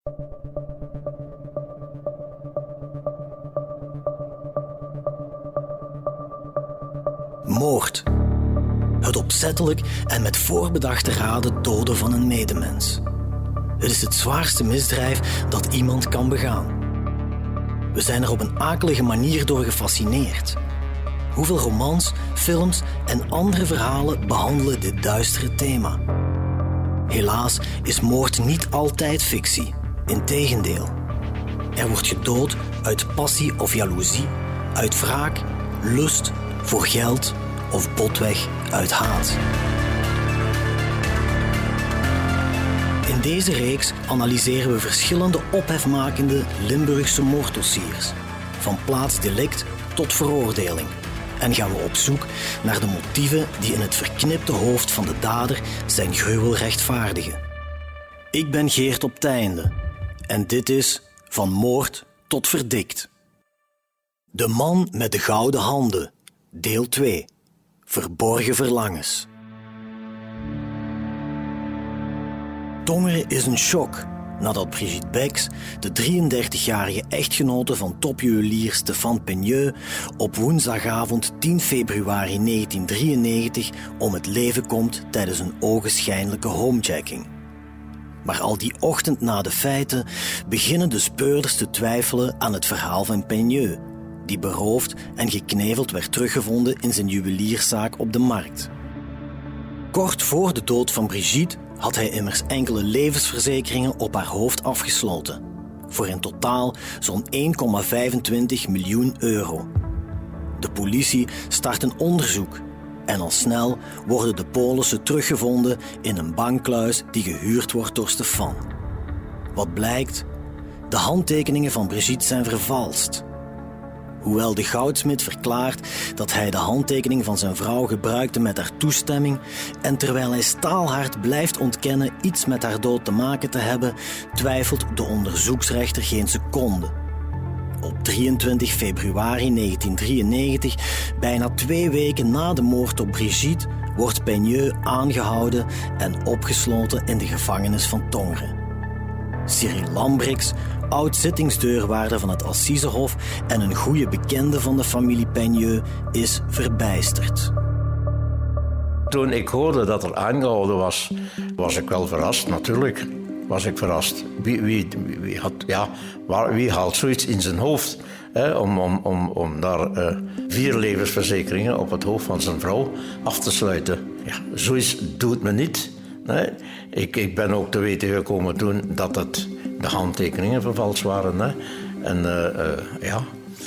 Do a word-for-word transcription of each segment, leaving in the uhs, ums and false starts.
Moord. Het opzettelijk en met voorbedachte raden doden van een medemens. Het is het zwaarste misdrijf dat iemand kan begaan. We zijn er op een akelige manier door gefascineerd. Hoeveel romans, films en andere verhalen behandelen dit duistere thema? Helaas is moord niet altijd fictie. Integendeel. Er wordt gedood uit passie of jaloezie, uit wraak, lust, voor geld of botweg uit haat. In deze reeks analyseren we verschillende ophefmakende Limburgse moorddossiers, van plaatsdelict tot veroordeling, en gaan we op zoek naar de motieven die in het verknipte hoofd van de dader zijn gruwel rechtvaardigen. Ik ben Geert op Teinde en dit is Van Moord tot Verdikt. De man met de gouden handen, deel twee. Verborgen verlangens. Tongeren is een shock nadat Brigitte Becks, de drieëndertigjarige echtgenote van topjuwelier Stéphane Peigneux, op woensdagavond tien februari negentien drieënnegentig om het leven komt tijdens een ogenschijnlijke homejacking. Maar al die ochtend na de feiten beginnen de speurders te twijfelen aan het verhaal van Peigneux, die beroofd en gekneveld werd teruggevonden in zijn juwelierszaak op de markt. Kort voor de dood van Brigitte had hij immers enkele levensverzekeringen op haar hoofd afgesloten, voor in totaal zo'n één komma vijfentwintig miljoen euro. De politie start een onderzoek en al snel worden de polissen teruggevonden in een bankkluis die gehuurd wordt door Stéphane. Wat blijkt? De handtekeningen van Brigitte zijn vervalst. Hoewel de goudsmid verklaart dat hij de handtekening van zijn vrouw gebruikte met haar toestemming en terwijl hij staalhard blijft ontkennen iets met haar dood te maken te hebben, twijfelt de onderzoeksrechter geen seconde. Op drieëntwintig februari negentien drieënnegentig, bijna twee weken na de moord op Brigitte, wordt Peigneux aangehouden en opgesloten in de gevangenis van Tongeren. Cyril Lambrix, oud-zittingsdeurwaarder van het Assisehof en een goede bekende van de familie Peigneux, is verbijsterd. Toen ik hoorde dat er aangehouden was, was ik wel verrast, natuurlijk. Was ik verrast. Wie, wie, wie, had, ja, waar, wie haalt zoiets in zijn hoofd? Hè, om, om, om, om daar uh, vier levensverzekeringen op het hoofd van zijn vrouw af te sluiten. Ja, zoiets doet men niet. Nee. Ik, ik ben ook te weten gekomen toen dat het de handtekeningen vervalst waren. Hè. En uh, uh, ja,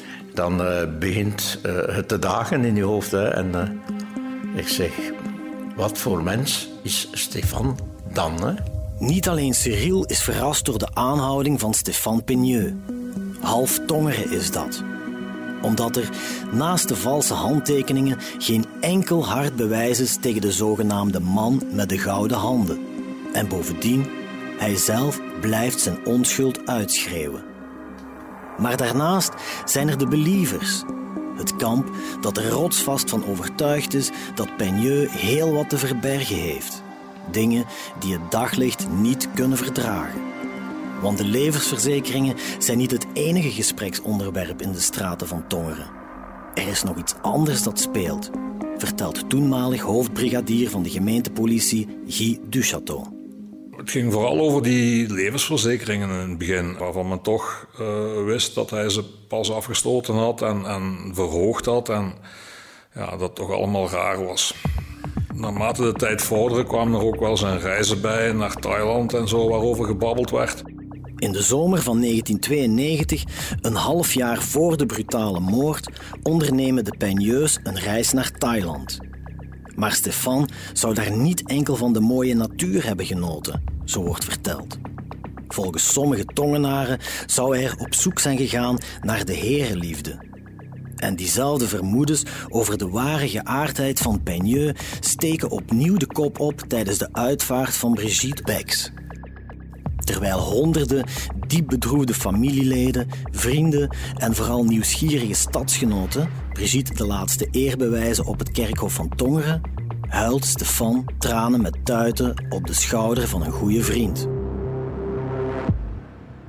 dan uh, begint uh, het te dagen in je hoofd. Hè. En uh, ik zeg, wat voor mens is Stéphane dan? Hè? Niet alleen Cyril is verrast door de aanhouding van Stéphane Peigneux. Half Tongeren is dat. Omdat er naast de valse handtekeningen geen enkel hard bewijs is tegen de zogenaamde man met de gouden handen. En bovendien, hij zelf blijft zijn onschuld uitschreeuwen. Maar daarnaast zijn er de believers. Het kamp dat er rotsvast van overtuigd is dat Peigneux heel wat te verbergen heeft. Dingen die het daglicht niet kunnen verdragen. Want de levensverzekeringen zijn niet het enige gespreksonderwerp in de straten van Tongeren. Er is nog iets anders dat speelt, vertelt toenmalig hoofdbrigadier van de gemeentepolitie Guy Duchâteau. Het ging vooral over die levensverzekeringen in het begin, waarvan men toch uh, wist dat hij ze pas afgestoten had en, en verhoogd had en ja, dat toch allemaal raar was. Naarmate de tijd vorderde kwamen er ook wel zijn reizen bij naar Thailand en zo, waarover gebabbeld werd. In de zomer van negentien tweeënnegentig, een half jaar voor de brutale moord, ondernemen de Peigneux een reis naar Thailand. Maar Stéphane zou daar niet enkel van de mooie natuur hebben genoten, zo wordt verteld. Volgens sommige Tongenaren zou hij er op zoek zijn gegaan naar de herenliefde. En diezelfde vermoedens over de ware geaardheid van Peigneux steken opnieuw de kop op tijdens de uitvaart van Brigitte Becks. Terwijl honderden diep bedroefde familieleden, vrienden en vooral nieuwsgierige stadsgenoten Brigitte de laatste eer bewijzen op het kerkhof van Tongeren, huilt Stéphane tranen met tuiten op de schouder van een goede vriend.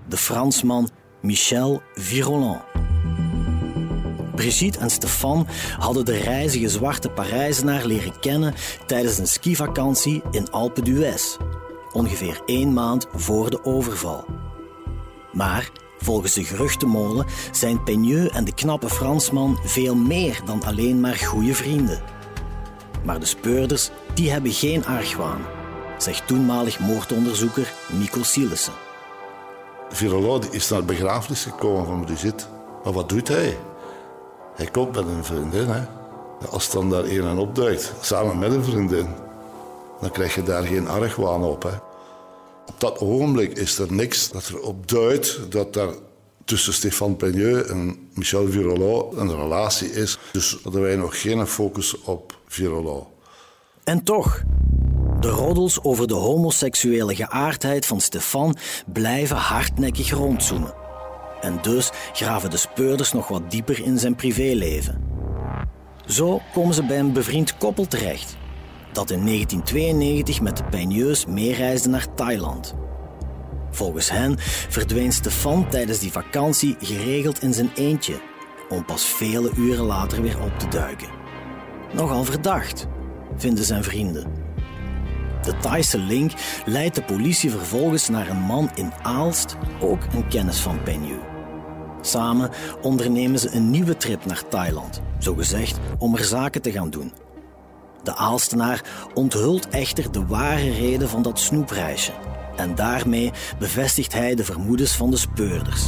de Fransman Michel Virolent. Brigitte en Stefan hadden de reizige zwarte Parijzenaar leren kennen tijdens een skivakantie in Alpe d'Huez, ongeveer één maand voor de overval. Maar volgens de geruchtenmolen zijn Peigneux en de knappe Fransman veel meer dan alleen maar goede vrienden. Maar de speurders die hebben geen argwaan, zegt toenmalig moordonderzoeker Nico Silissen. Virolent is naar de begrafenis gekomen van Brigitte. Maar wat doet hij? Hij komt met een vriendin. Hè? Als dan daar een opduikt, samen met een vriendin, dan krijg je daar geen argwaan op. Hè? Op dat ogenblik is er niks dat erop duidt dat daar tussen Stéphane Peigneux en Michel Virolent een relatie is. Dus hadden wij nog geen focus op Virolent. En toch, de roddels over de homoseksuele geaardheid van Stefan blijven hardnekkig rondzoomen. En dus graven de speurders nog wat dieper in zijn privéleven. Zo komen ze bij een bevriend koppel terecht, dat in negentien tweeënnegentig met de Peigneux meereisde naar Thailand. Volgens hen verdween Stefan tijdens die vakantie geregeld in zijn eentje, om pas vele uren later weer op te duiken. Nogal verdacht, vinden zijn vrienden. De Thaise link leidt de politie vervolgens naar een man in Aalst, ook een kennis van Peigneux. Samen ondernemen ze een nieuwe trip naar Thailand, zogezegd om er zaken te gaan doen. De Aalstenaar onthult echter de ware reden van dat snoepreisje en daarmee bevestigt hij de vermoedens van de speurders.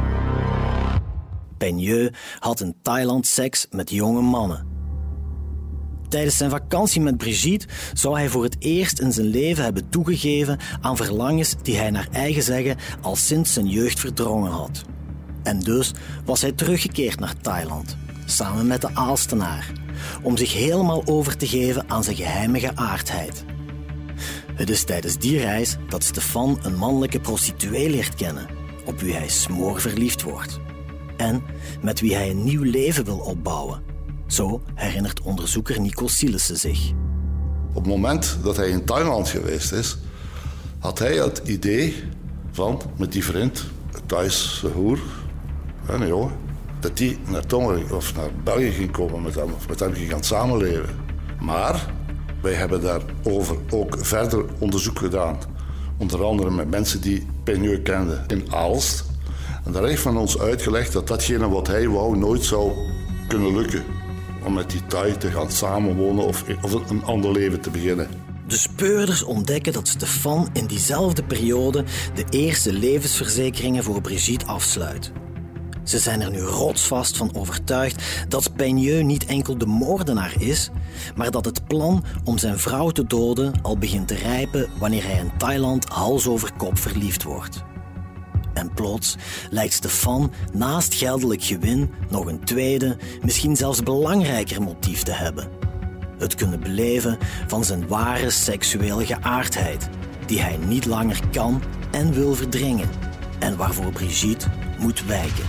Peigneux had in Thailand seks met jonge mannen. Tijdens zijn vakantie met Brigitte zou hij voor het eerst in zijn leven hebben toegegeven aan verlangens die hij naar eigen zeggen al sinds zijn jeugd verdrongen had. En dus was hij teruggekeerd naar Thailand, samen met de Aalstenaar, om zich helemaal over te geven aan zijn geheime geaardheid. Het is tijdens die reis dat Stefan een mannelijke prostituee leert kennen, op wie hij smoorverliefd wordt. En met wie hij een nieuw leven wil opbouwen. Zo herinnert onderzoeker Nico Silissen zich. Op het moment dat hij in Thailand geweest is, had hij het idee van, met die vriend, een Thaise hoer, een jongen, dat die naar Tongeren of naar België ging komen met hem, of met hem ging gaan samenleven. Maar wij hebben daarover ook verder onderzoek gedaan. Onder andere met mensen die Peigneux kenden in Aalst. En daar heeft men ons uitgelegd dat datgene wat hij wou nooit zou kunnen lukken. Om met die Thai te gaan samenwonen of, of een ander leven te beginnen. De speurders ontdekken dat Stefan in diezelfde periode de eerste levensverzekeringen voor Brigitte afsluit. Ze zijn er nu rotsvast van overtuigd dat Peigneux niet enkel de moordenaar is, maar dat het plan om zijn vrouw te doden al begint te rijpen wanneer hij in Thailand hals over kop verliefd wordt. En plots lijkt Stefan naast geldelijk gewin nog een tweede, misschien zelfs belangrijker motief te hebben. Het kunnen beleven van zijn ware seksuele geaardheid, die hij niet langer kan en wil verdringen, en waarvoor Brigitte moet wijken.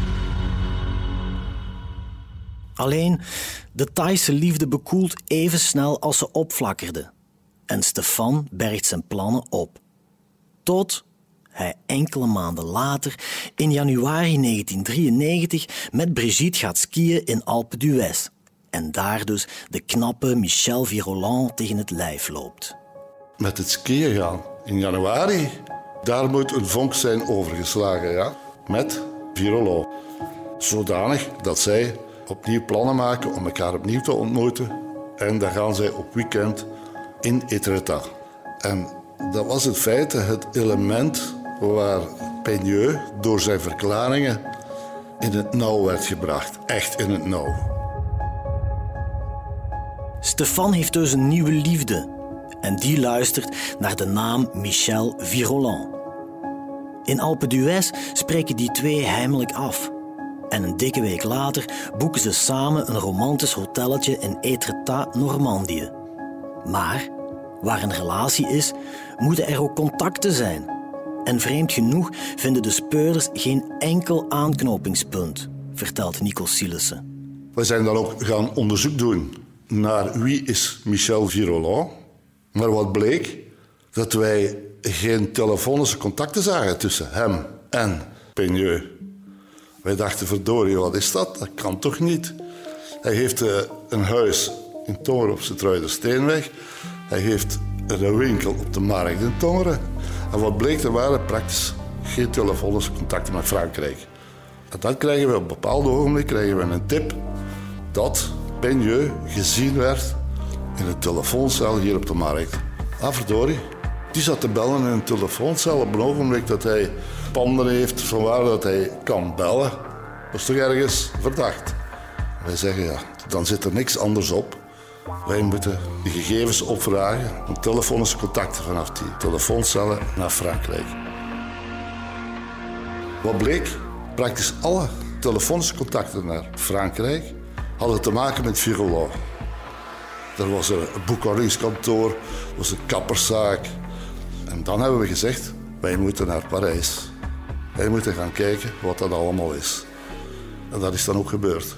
Alleen, de Thaise liefde bekoelt even snel als ze opflakkerde. En Stefan bergt zijn plannen op. Tot hij enkele maanden later, in januari negentien drieënnegentig, met Brigitte gaat skiën in Alpe d'Huez. En daar dus de knappe Michel Virolent tegen het lijf loopt. Met het skiën gaan in januari, daar moet een vonk zijn overgeslagen, ja? Met Virolent. Zodanig dat zij opnieuw plannen maken om elkaar opnieuw te ontmoeten. En dan gaan zij op weekend in Etretat. En dat was in feite het element waar Peigneux door zijn verklaringen in het nauw werd gebracht. Echt in het nauw. Stefan heeft dus een nieuwe liefde. En die luistert naar de naam Michel Virolent. In Alpe d'Huez spreken die twee heimelijk af. En een dikke week later boeken ze samen een romantisch hotelletje in Etretat, Normandië. Maar waar een relatie is, moeten er ook contacten zijn. En vreemd genoeg vinden de speurders geen enkel aanknopingspunt, vertelt Nico Silissen. We zijn dan ook gaan onderzoek doen naar wie is Michel Virolent. Maar wat bleek? Dat wij geen telefonische contacten zagen tussen hem en Peigneux. Wij dachten, verdorie, wat is dat? Dat kan toch niet? Hij heeft uh, een huis in Tongeren op Sint-Truidensteenweg. Hij heeft een winkel op de markt in Tongeren. En wat bleek, er waren praktisch geen telefonische contacten met Frankrijk. En dan krijgen we op een bepaald ogenblik krijgen we een tip dat Peigneux gezien werd in een telefooncel hier op de markt. Ah, verdorie. Die zat te bellen in een telefooncel op een ogenblik dat hij panden heeft vanwaar dat hij kan bellen. Dat is toch ergens verdacht. Wij zeggen ja, dan zit er niks anders op. Wij moeten de gegevens opvragen om telefonische contacten vanaf die telefooncellen naar Frankrijk. Wat bleek? Praktisch alle telefonische contacten naar Frankrijk hadden te maken met Virola. Er was een boekhoudingskantoor, er was een kapperszaak. En dan hebben we gezegd, wij moeten naar Parijs. Wij moeten gaan kijken wat dat allemaal is. En dat is dan ook gebeurd.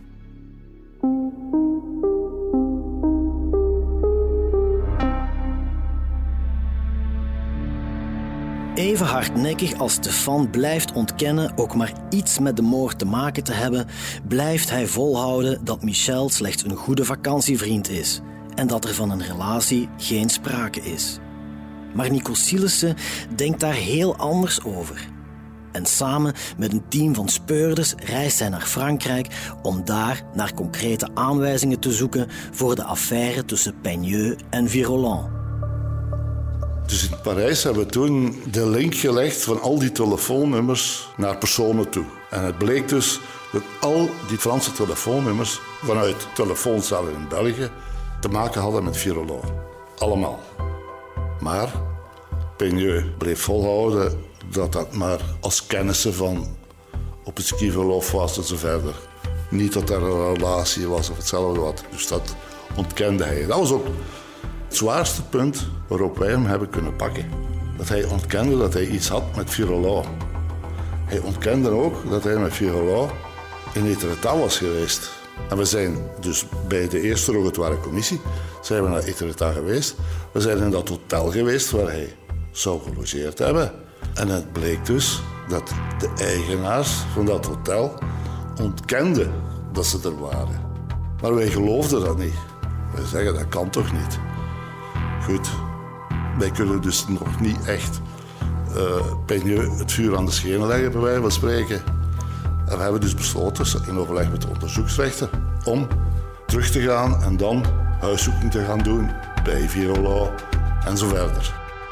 Even hardnekkig als Stefan blijft ontkennen ook maar iets met de moord te maken te hebben, blijft hij volhouden dat Michel slechts een goede vakantievriend is en dat er van een relatie geen sprake is. Maar Nico Sielissen denkt daar heel anders over. En samen met een team van speurders reist hij naar Frankrijk om daar naar concrete aanwijzingen te zoeken voor de affaire tussen Peigneux en Virolan. Dus in Parijs hebben we toen de link gelegd van al die telefoonnummers naar personen toe. En het bleek dus dat al die Franse telefoonnummers vanuit telefooncellen in België te maken hadden met Virolan. Allemaal. Maar Peigneux bleef volhouden dat dat maar als kennissen van op het skiverlof was en zo verder. Niet dat er een relatie was of hetzelfde wat. Dus dat ontkende hij. Dat was ook het zwaarste punt waarop wij hem hebben kunnen pakken. Dat hij ontkende dat hij iets had met Virola. Hij ontkende ook dat hij met Virola in Etretat was geweest. En we zijn dus bij de eerste rogatoire commissie zijn we naar Etretat geweest. We zijn in dat hotel geweest waar hij zou gelogeerd hebben. En het bleek dus dat de eigenaars van dat hotel ontkenden dat ze er waren. Maar wij geloofden dat niet. Wij zeggen, dat kan toch niet? Goed, wij kunnen dus nog niet echt uh, Peigneux het vuur aan de schenen leggen, bij wijze van spreken. En we hebben dus besloten, in overleg met de onderzoeksrechter, om terug te gaan en dan huiszoeking te gaan doen bij Virola en zo verder.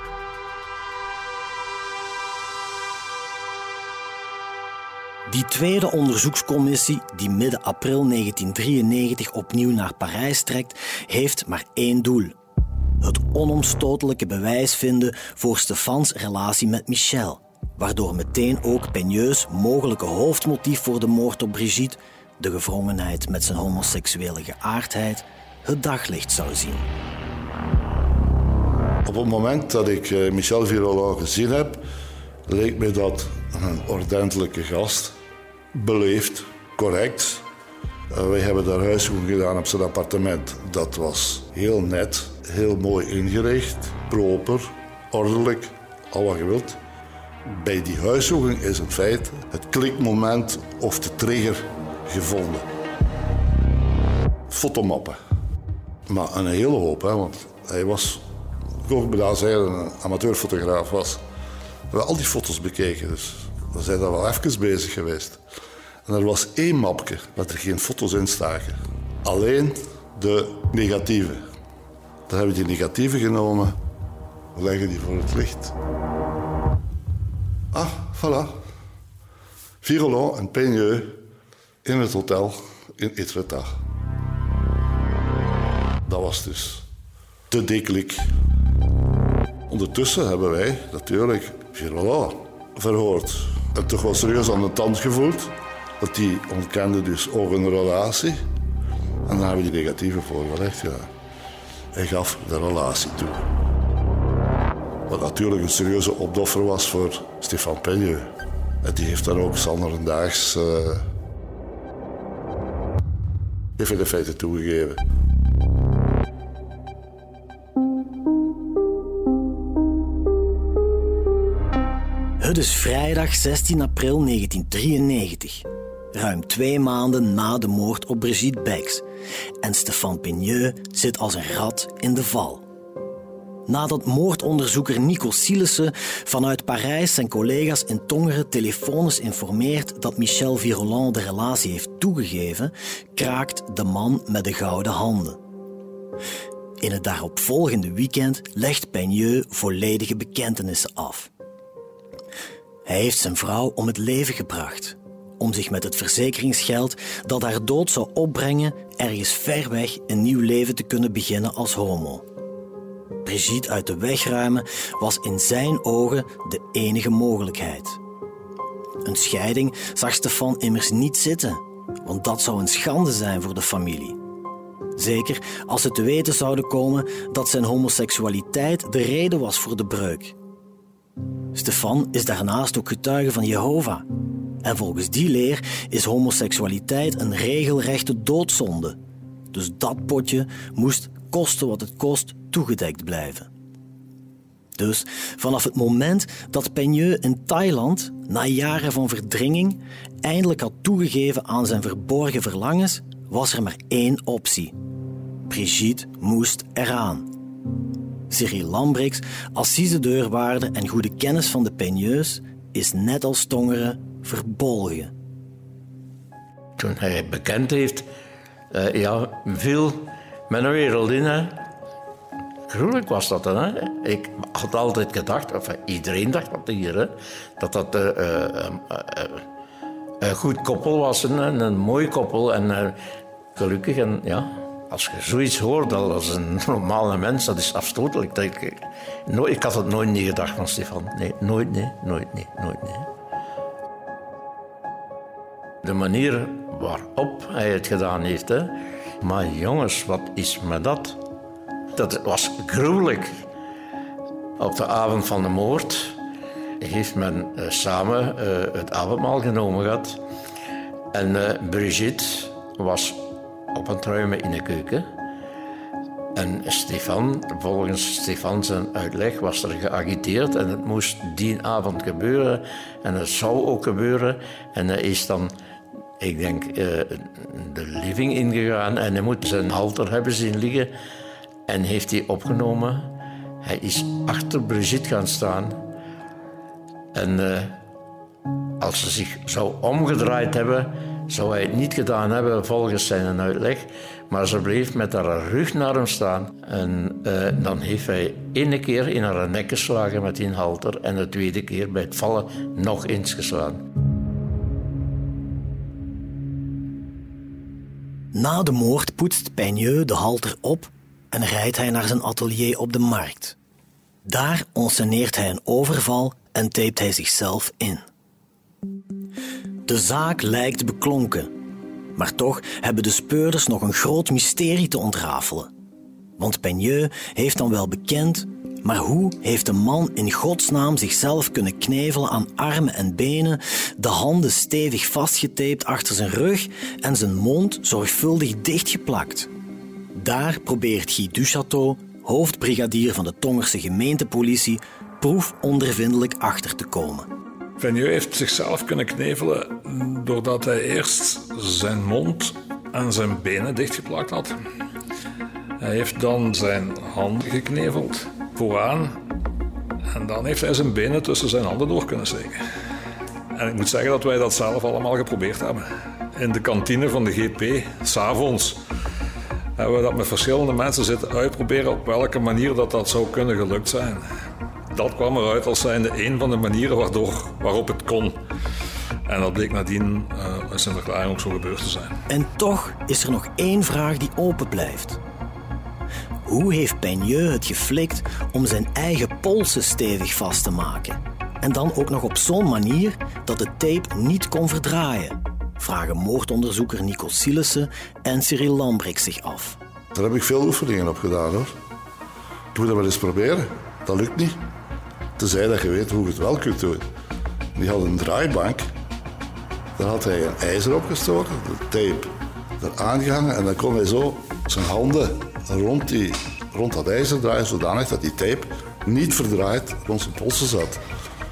Die tweede onderzoekscommissie, die midden april negentien drieënnegentig opnieuw naar Parijs trekt, heeft maar één doel. Het onomstotelijke bewijs vinden voor Stefans relatie met Michel, waardoor meteen ook Peigneux' mogelijke hoofdmotief voor de moord op Brigitte, de gevrongenheid met zijn homoseksuele geaardheid, het daglicht zou zien. Op het moment dat ik uh, Michel Virola gezien heb, leek mij dat een ordentelijke gast, beleefd, correct. Uh, wij hebben daar huiszoeking gedaan op zijn appartement. Dat was heel net, heel mooi ingericht, proper, ordelijk, al wat je wilt. Bij die huiszoeking is in feite het klikmoment of de trigger gevonden. Fotomappen. Maar een hele hoop, hè, want hij was, ik hoor me daar zeggen, een amateurfotograaf was. We hebben al die foto's bekeken, dus we zijn daar wel even bezig geweest. En er was één mapje waar er geen foto's in staken. Alleen de negatieven. Dan hebben we die negatieven genomen. We leggen die voor het licht. Ah, voilà. Virola en Peigneux in het hotel in Etretat. Dat was dus de déclic. Ondertussen hebben wij natuurlijk Virola verhoord. En toch wel serieus aan de tand gevoeld. Dat die ontkende dus ook een relatie. En dan hebben we die negatieven voorgelegd. Ja. Hij gaf de relatie toe. Wat natuurlijk een serieuze opdoffer was voor Stefan Peigneux. En die heeft dan ook zanderendaags uh, heeft hij de feiten toegegeven. Het is vrijdag zestien april negentien drieënnegentig. Ruim twee maanden na de moord op Brigitte Becks. En Stéphane Peigneux zit als een rat in de val. Nadat moordonderzoeker Nico Silissen vanuit Parijs zijn collega's in Tongeren telefonisch informeert dat Michel Viroland de relatie heeft toegegeven, kraakt de man met de gouden handen. In het daaropvolgende weekend legt Peigneux volledige bekentenissen af. Hij heeft zijn vrouw om het leven gebracht, om zich met het verzekeringsgeld dat haar dood zou opbrengen ergens ver weg een nieuw leven te kunnen beginnen als homo. Brigitte uit de weg ruimen was in zijn ogen de enige mogelijkheid. Een scheiding zag Stéphane immers niet zitten, want dat zou een schande zijn voor de familie. Zeker als ze te weten zouden komen dat zijn homoseksualiteit de reden was voor de breuk. Stéphane is daarnaast ook getuige van Jehovah. En volgens die leer is homoseksualiteit een regelrechte doodzonde. Dus dat potje moest, koste wat het kost, toegedekt blijven. Dus vanaf het moment dat Peigneux in Thailand, na jaren van verdringing, eindelijk had toegegeven aan zijn verborgen verlangens, was er maar één optie. Brigitte moest eraan. Cyril Lambrix, assisedeurwaarder en goede kennis van de Peigneux, is net als Tongeren verbolgen. Toen hij bekend heeft, uh, ja, viel mijn wereld in. Hè. Gruwelijk was dat dan. Hè. Ik had altijd gedacht, of iedereen dacht dat hier, hè, dat dat uh, uh, uh, uh, een goed koppel was, een, een mooi koppel en uh, gelukkig. En, ja, als je zoiets hoort als een normale mens, dat is afstotelijk. Dat ik, no, ik had het nooit niet gedacht van Stéphane. Nee, nooit, nee, nooit, nee, nooit, nee. De manier waarop hij het gedaan heeft, hè. Maar jongens, wat is met dat? Dat was gruwelijk. Op de avond van de moord heeft men uh, samen uh, het avondmaal genomen gehad. En uh, Brigitte was op het ruimen in de keuken. En Stéphane, volgens Stéphane zijn uitleg, was er geagiteerd en het moest die avond gebeuren. En het zou ook gebeuren. En hij is dan, ik denk, uh, de living ingegaan en hij moet zijn halter hebben zien liggen. En heeft hij opgenomen. Hij is achter Brigitte gaan staan. En uh, als ze zich zou omgedraaid hebben, zou hij het niet gedaan hebben volgens zijn uitleg. Maar ze bleef met haar rug naar hem staan. En uh, dan heeft hij ene keer in haar nek geslagen met die halter. En de tweede keer bij het vallen nog eens geslagen. Na de moord poetst Peigneux de halter op en rijdt hij naar zijn atelier op de markt. Daar onsceneert hij een overval en tapet hij zichzelf in. De zaak lijkt beklonken, maar toch hebben de speurders nog een groot mysterie te ontrafelen. Want Peigneux heeft dan wel bekend, maar hoe heeft de man in godsnaam zichzelf kunnen knevelen aan armen en benen, de handen stevig vastgetaped achter zijn rug en zijn mond zorgvuldig dichtgeplakt? Daar probeert Guy Duchateau, hoofdbrigadier van de Tongerse gemeentepolitie, proefondervindelijk achter te komen. Peigneux heeft zichzelf kunnen knevelen doordat hij eerst zijn mond en zijn benen dichtgeplakt had. Hij heeft dan zijn handen gekneveld vooraan en dan heeft hij zijn benen tussen zijn handen door kunnen steken. En ik moet zeggen dat wij dat zelf allemaal geprobeerd hebben. In de kantine van de G P, 's avonds, hebben we dat met verschillende mensen zitten uitproberen op welke manier dat, dat zou kunnen gelukt zijn. Dat kwam eruit als zijnde een van de manieren waardoor, waarop het kon. En dat bleek nadien uh, in zijn verklaring ook zo gebeurd te zijn. En toch is er nog één vraag die open blijft. Hoe heeft Peigneux het geflikt om zijn eigen polsen stevig vast te maken? En dan ook nog op zo'n manier dat de tape niet kon verdraaien? Vragen moordonderzoeker Nico Silissen en Cyril Lambrix zich af. Daar heb ik veel oefeningen op gedaan, hoor. Ik moet dat wel eens proberen. Dat lukt niet. Tenzij dat je weet hoe je het wel kunt doen. Die had een draaibank. Daar had hij een ijzer opgestoken, de tape eraan gehangen. En dan kon hij zo zijn handen rond, die, rond dat ijzer draaien, zodanig dat die tape niet verdraaid rond zijn polsen zat.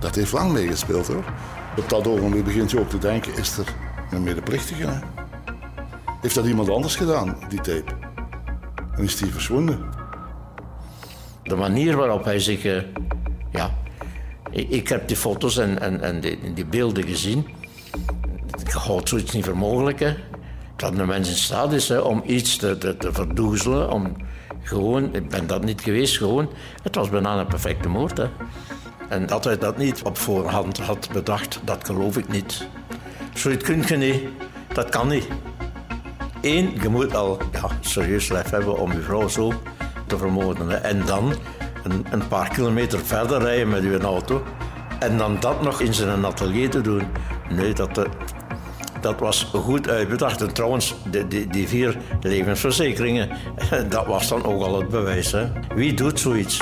Dat heeft lang meegespeeld, hoor. Op dat ogenblik begint je ook te denken, is er een medeplichtige? Hè? Heeft dat iemand anders gedaan, die tape? En is die verschwunden? De manier waarop hij zich... Uh, ja, ik, ik heb die foto's en, en, en die, die beelden gezien. Ik houd zoiets niet voor mogelijk, hè. Dat een mens in staat is, hè, om iets te, te, te verdoezelen, om gewoon... Ik ben dat niet geweest, gewoon... Het was bijna een perfecte moord, hè. En dat hij dat niet op voorhand had bedacht, dat geloof ik niet. Zoiets kun je niet. Dat kan niet. Eén, je moet al ja, serieus lijf hebben om je vrouw zo te vermoorden. Hè. En dan een, een paar kilometer verder rijden met je auto. En dan dat nog in zijn atelier te doen. Nee, dat, dat was goed uitbedacht. En trouwens, die, die, die vier levensverzekeringen, dat was dan ook al het bewijs. Hè. Wie doet zoiets?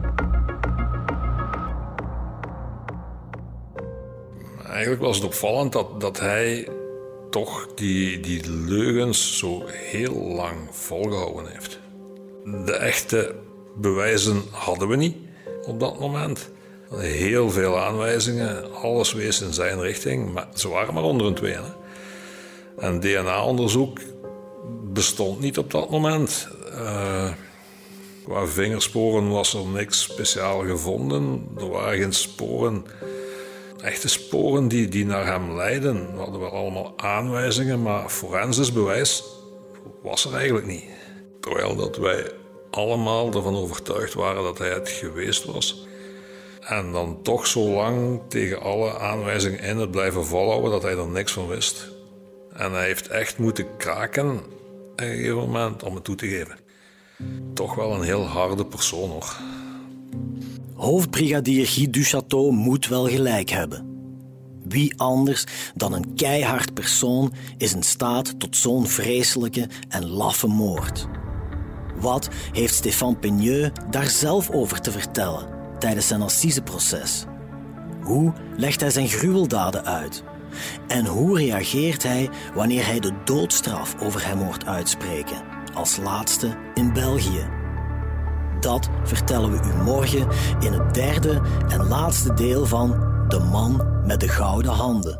Eigenlijk was het opvallend dat, dat hij toch die, die leugens zo heel lang volgehouden heeft. De echte bewijzen hadden we niet op dat moment. Heel veel aanwijzingen, alles wees in zijn richting, maar ze waren maar onder een twee. Hè. En D N A-onderzoek bestond niet op dat moment. Uh, qua vingersporen was er niks speciaal gevonden. Er waren geen sporen, echte sporen die, die naar hem leidden. We hadden wel allemaal aanwijzingen, maar forensisch bewijs was er eigenlijk niet. Terwijl dat wij allemaal ervan overtuigd waren dat hij het geweest was. En dan toch zo lang tegen alle aanwijzingen in het blijven volhouden dat hij er niks van wist. En hij heeft echt moeten kraken op een gegeven moment om het toe te geven. Toch wel een heel harde persoon, hoor. Hoofdbrigadier Guy Duchateau moet wel gelijk hebben. Wie anders dan een keihard persoon is in staat tot zo'n vreselijke en laffe moord? Wat heeft Stéphane Peigneux daar zelf over te vertellen tijdens zijn assiseproces? Hoe legt hij zijn gruweldaden uit? En hoe reageert hij wanneer hij de doodstraf over hem hoort uitspreken, als laatste in België? Dat vertellen we u morgen in het derde en laatste deel van De Man met de Gouden Handen.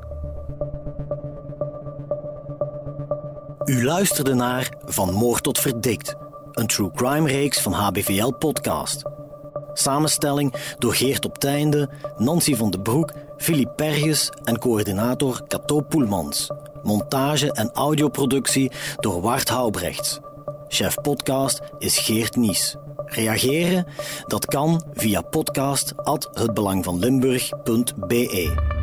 U luisterde naar Van Moord tot Verdikt, een true crime reeks van H B V L Podcast. Samenstelling door Geert op Teinde, Nancy van den Broek, Philippe Perges en coördinator Cato Poelmans. Montage en audioproductie door Wart Houbrechts. Chef podcast is Geert Nies. Reageren? Dat kan via podcast at hetbelangvanlimburg punt be.